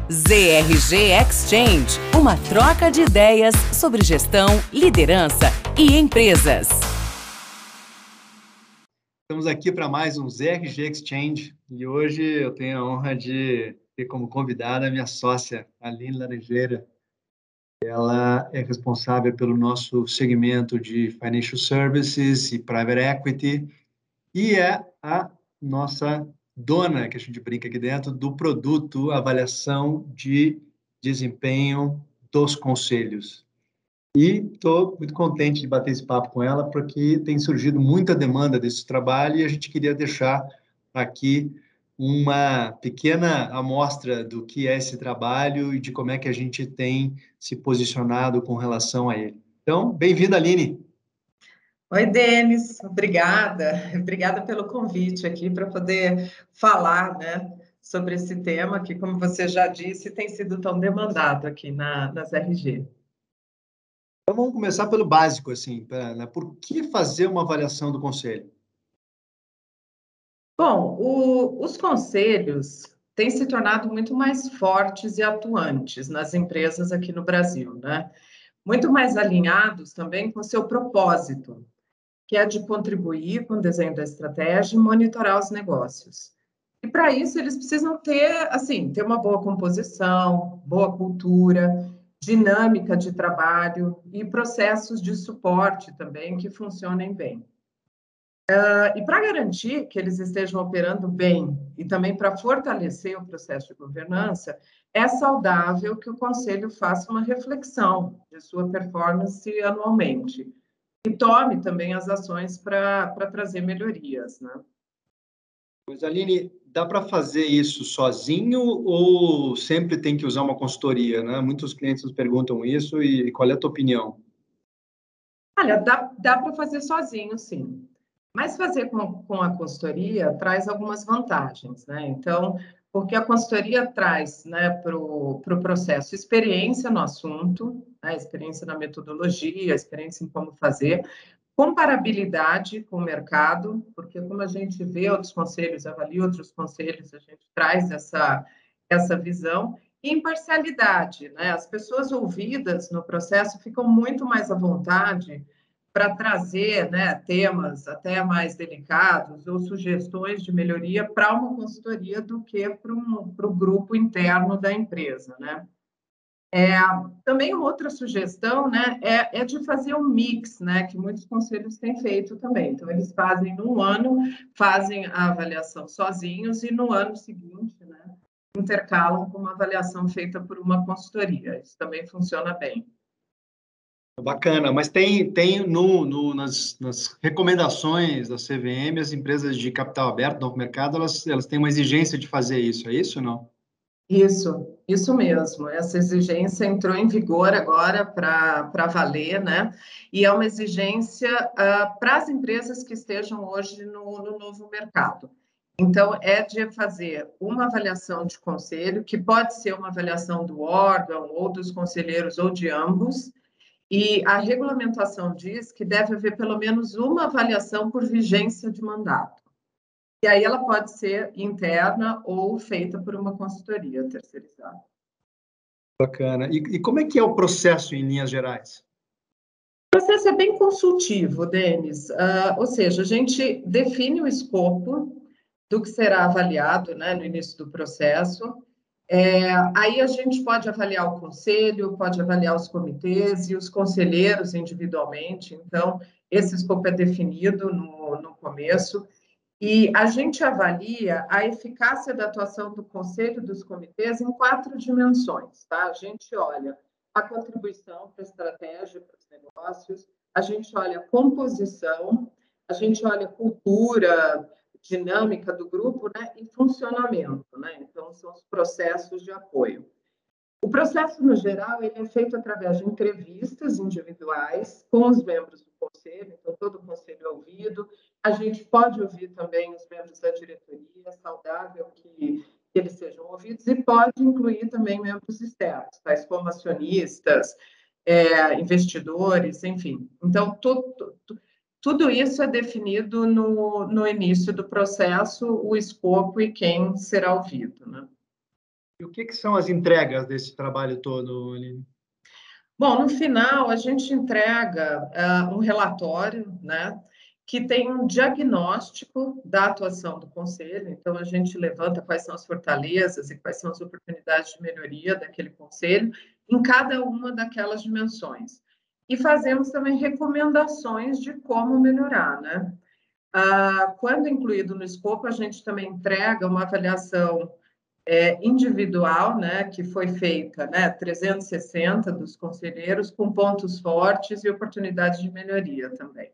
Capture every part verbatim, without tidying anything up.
Z R G Exchange, uma troca de ideias sobre gestão, liderança e empresas. Estamos aqui para mais um Z R G Exchange e hoje eu tenho a honra de ter como convidada a minha sócia, Aline Laranjeira. Ela é responsável pelo nosso segmento de Financial Services e Private Equity e é a nossa dona, que a gente brinca aqui dentro, do produto avaliação de desempenho dos conselhos. E estou muito contente de bater esse papo com ela, porque tem surgido muita demanda desse trabalho e a gente queria deixar aqui uma pequena amostra do que é esse trabalho e de como é que a gente tem se posicionado com relação a ele. Então, bem-vinda, Aline. Oi, Denis, obrigada. Obrigada pelo convite aqui para poder falar, né, sobre esse tema que, como você já disse, tem sido tão demandado aqui na, nas R G. Então, vamos começar pelo básico, assim, pra, né, por que fazer uma avaliação do conselho? Bom, o, os conselhos têm se tornado muito mais fortes e atuantes nas empresas aqui no Brasil, né? Muito mais alinhados também com o seu propósito, que é de contribuir com o desenho da estratégia e monitorar os negócios. E para isso eles precisam ter, assim, ter uma boa composição, boa cultura, dinâmica de trabalho e processos de suporte também que funcionem bem. Uh, e para garantir que eles estejam operando bem e também para fortalecer o processo de governança, é saudável que o Conselho faça uma reflexão de sua performance anualmente e tome também as ações para trazer melhorias, né? Pois, Aline, dá para fazer isso sozinho ou sempre tem que usar uma consultoria, né? Muitos clientes nos perguntam isso e qual é a tua opinião? Olha, dá, dá para fazer sozinho, sim. Mas fazer com, com a consultoria traz algumas vantagens, né? Então, porque a consultoria traz, né, para o pro processo experiência no assunto, né, experiência na metodologia, experiência em como fazer, comparabilidade com o mercado, porque como a gente vê outros conselhos, avalia outros conselhos, a gente traz essa, essa visão, e imparcialidade, né? As pessoas ouvidas no processo ficam muito mais à vontade para trazer, né, temas até mais delicados ou sugestões de melhoria para uma consultoria do que para um, para o grupo interno da empresa, né? É, também uma outra sugestão, né, é, é de fazer um mix, né, que muitos conselhos têm feito também. Então, eles fazem num ano, fazem a avaliação sozinhos e no ano seguinte, né, intercalam com uma avaliação feita por uma consultoria. Isso também funciona bem. Bacana, mas tem, tem no, no, nas, nas recomendações da C V M, as empresas de capital aberto, novo mercado, elas, elas têm uma exigência de fazer isso, é isso ou não? Isso, isso mesmo. Essa exigência entrou em vigor agora para valer, né? E é uma exigência uh, para as empresas que estejam hoje no, no novo mercado. Então, é de fazer uma avaliação de conselho, que pode ser uma avaliação do órgão, ou dos conselheiros, ou de ambos, e a regulamentação diz que deve haver pelo menos uma avaliação por vigência de mandato. E aí ela pode ser interna ou feita por uma consultoria terceirizada. Bacana. E, e como é que é o processo em linhas gerais? O processo é bem consultivo, Denis. Uh, ou seja, a gente define o escopo do que será avaliado, né, no início do processo. É, aí a gente pode avaliar o conselho, pode avaliar os comitês e os conselheiros individualmente. Então, esse escopo é definido no, no começo. E a gente avalia a eficácia da atuação do conselho e dos comitês em quatro dimensões, tá? A gente olha a contribuição para a estratégia, para os negócios, a gente olha a composição, a gente olha a cultura, dinâmica do grupo, né? E funcionamento, né? Então, são os processos de apoio. O processo, no geral, ele é feito através de entrevistas individuais com os membros do conselho, então todo o conselho é ouvido. A gente pode ouvir também os membros da diretoria, é saudável que eles sejam ouvidos, e pode incluir também membros externos, tais como acionistas, é, investidores, enfim. Então, tudo, tudo isso é definido no, no início do processo, o escopo e quem será ouvido, né? E o que, que são as entregas desse trabalho todo, Aline? Bom, no final, a gente entrega uh, um relatório, né, que tem um diagnóstico da atuação do conselho. Então, a gente levanta quais são as fortalezas e quais são as oportunidades de melhoria daquele conselho em cada uma daquelas dimensões. E fazemos também recomendações de como melhorar, né? Uh, quando incluído no escopo, a gente também entrega uma avaliação É, individual, né, que foi feita, né, trezentos e sessenta dos conselheiros, com pontos fortes e oportunidades de melhoria também.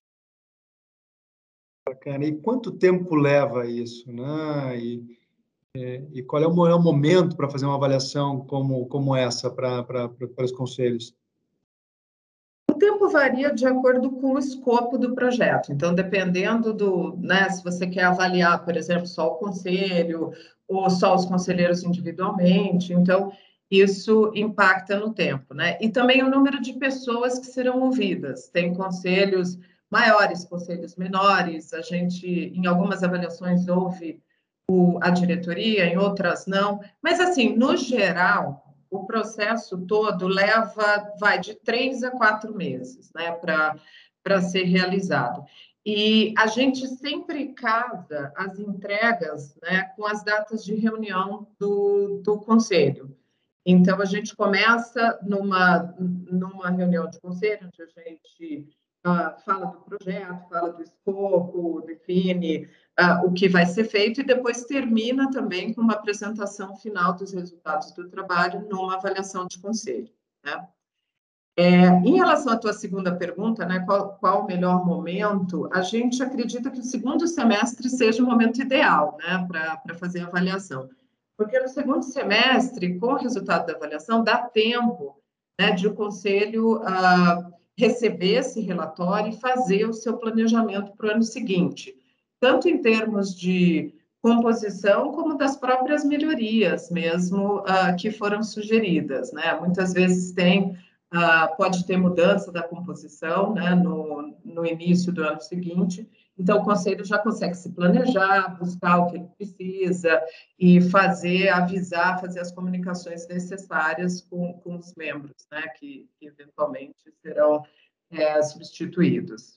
Bacana. E quanto tempo leva isso, né? E, é, e qual é o melhor momento para fazer uma avaliação como, como essa para, para, para os conselhos? O tempo varia de acordo com o escopo do projeto. Então, dependendo do, né, se você quer avaliar, por exemplo, só o conselho ou só os conselheiros individualmente, então isso impacta no tempo, né? E também o número de pessoas que serão ouvidas. Tem conselhos maiores, conselhos menores. A gente, em algumas avaliações, ouve o, a diretoria, em outras não. Mas, assim, no geral, o processo todo leva, vai de três a quatro meses, né, para para ser realizado. E a gente sempre casa as entregas, né, com as datas de reunião do, do conselho. Então, a gente começa numa, numa reunião de conselho, onde a gente uh, fala do projeto, fala do escopo, define uh, o que vai ser feito, e depois termina também com uma apresentação final dos resultados do trabalho numa avaliação de conselho, né? É, em relação à tua segunda pergunta, né, qual, qual o melhor momento, a gente acredita que o segundo semestre seja o momento ideal, né, para fazer a avaliação. Porque no segundo semestre, com o resultado da avaliação, dá tempo, né, de o conselho ah, receber esse relatório e fazer o seu planejamento para o ano seguinte, tanto em termos de composição, como das próprias melhorias mesmo ah, que foram sugeridas, né? Muitas vezes tem Uh, pode ter mudança da composição, né, no, no início do ano seguinte. Então, o conselho já consegue se planejar, buscar o que ele precisa e fazer, avisar, fazer as comunicações necessárias com, com os membros, né, que, que eventualmente serão é, substituídos.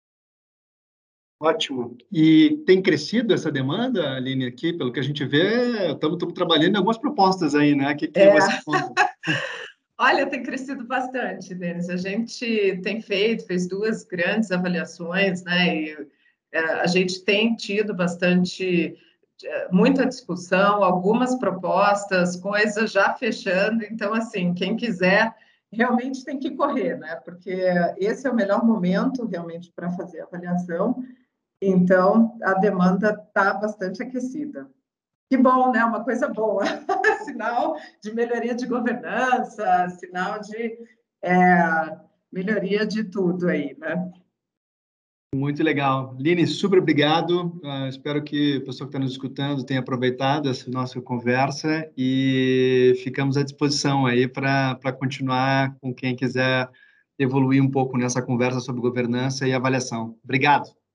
Ótimo. E tem crescido essa demanda, Aline, aqui, pelo que a gente vê, estamos trabalhando em algumas propostas aí, né? O que, que É. você conta? Olha, tem crescido bastante, Denis. A gente tem feito, fez duas grandes avaliações, né? E é, a gente tem tido bastante, muita discussão, algumas propostas, coisas já fechando. Então, assim, quem quiser realmente tem que correr, né? Porque esse é o melhor momento realmente para fazer a avaliação. Então, a demanda está bastante aquecida. Que bom, né? Uma coisa boa. Sinal de melhoria de governança, sinal de é, melhoria de tudo aí, né? Muito legal. Line, super obrigado. Uh, espero que o pessoal que está nos escutando tenha aproveitado essa nossa conversa e ficamos à disposição aí para continuar com quem quiser evoluir um pouco nessa conversa sobre governança e avaliação. Obrigado.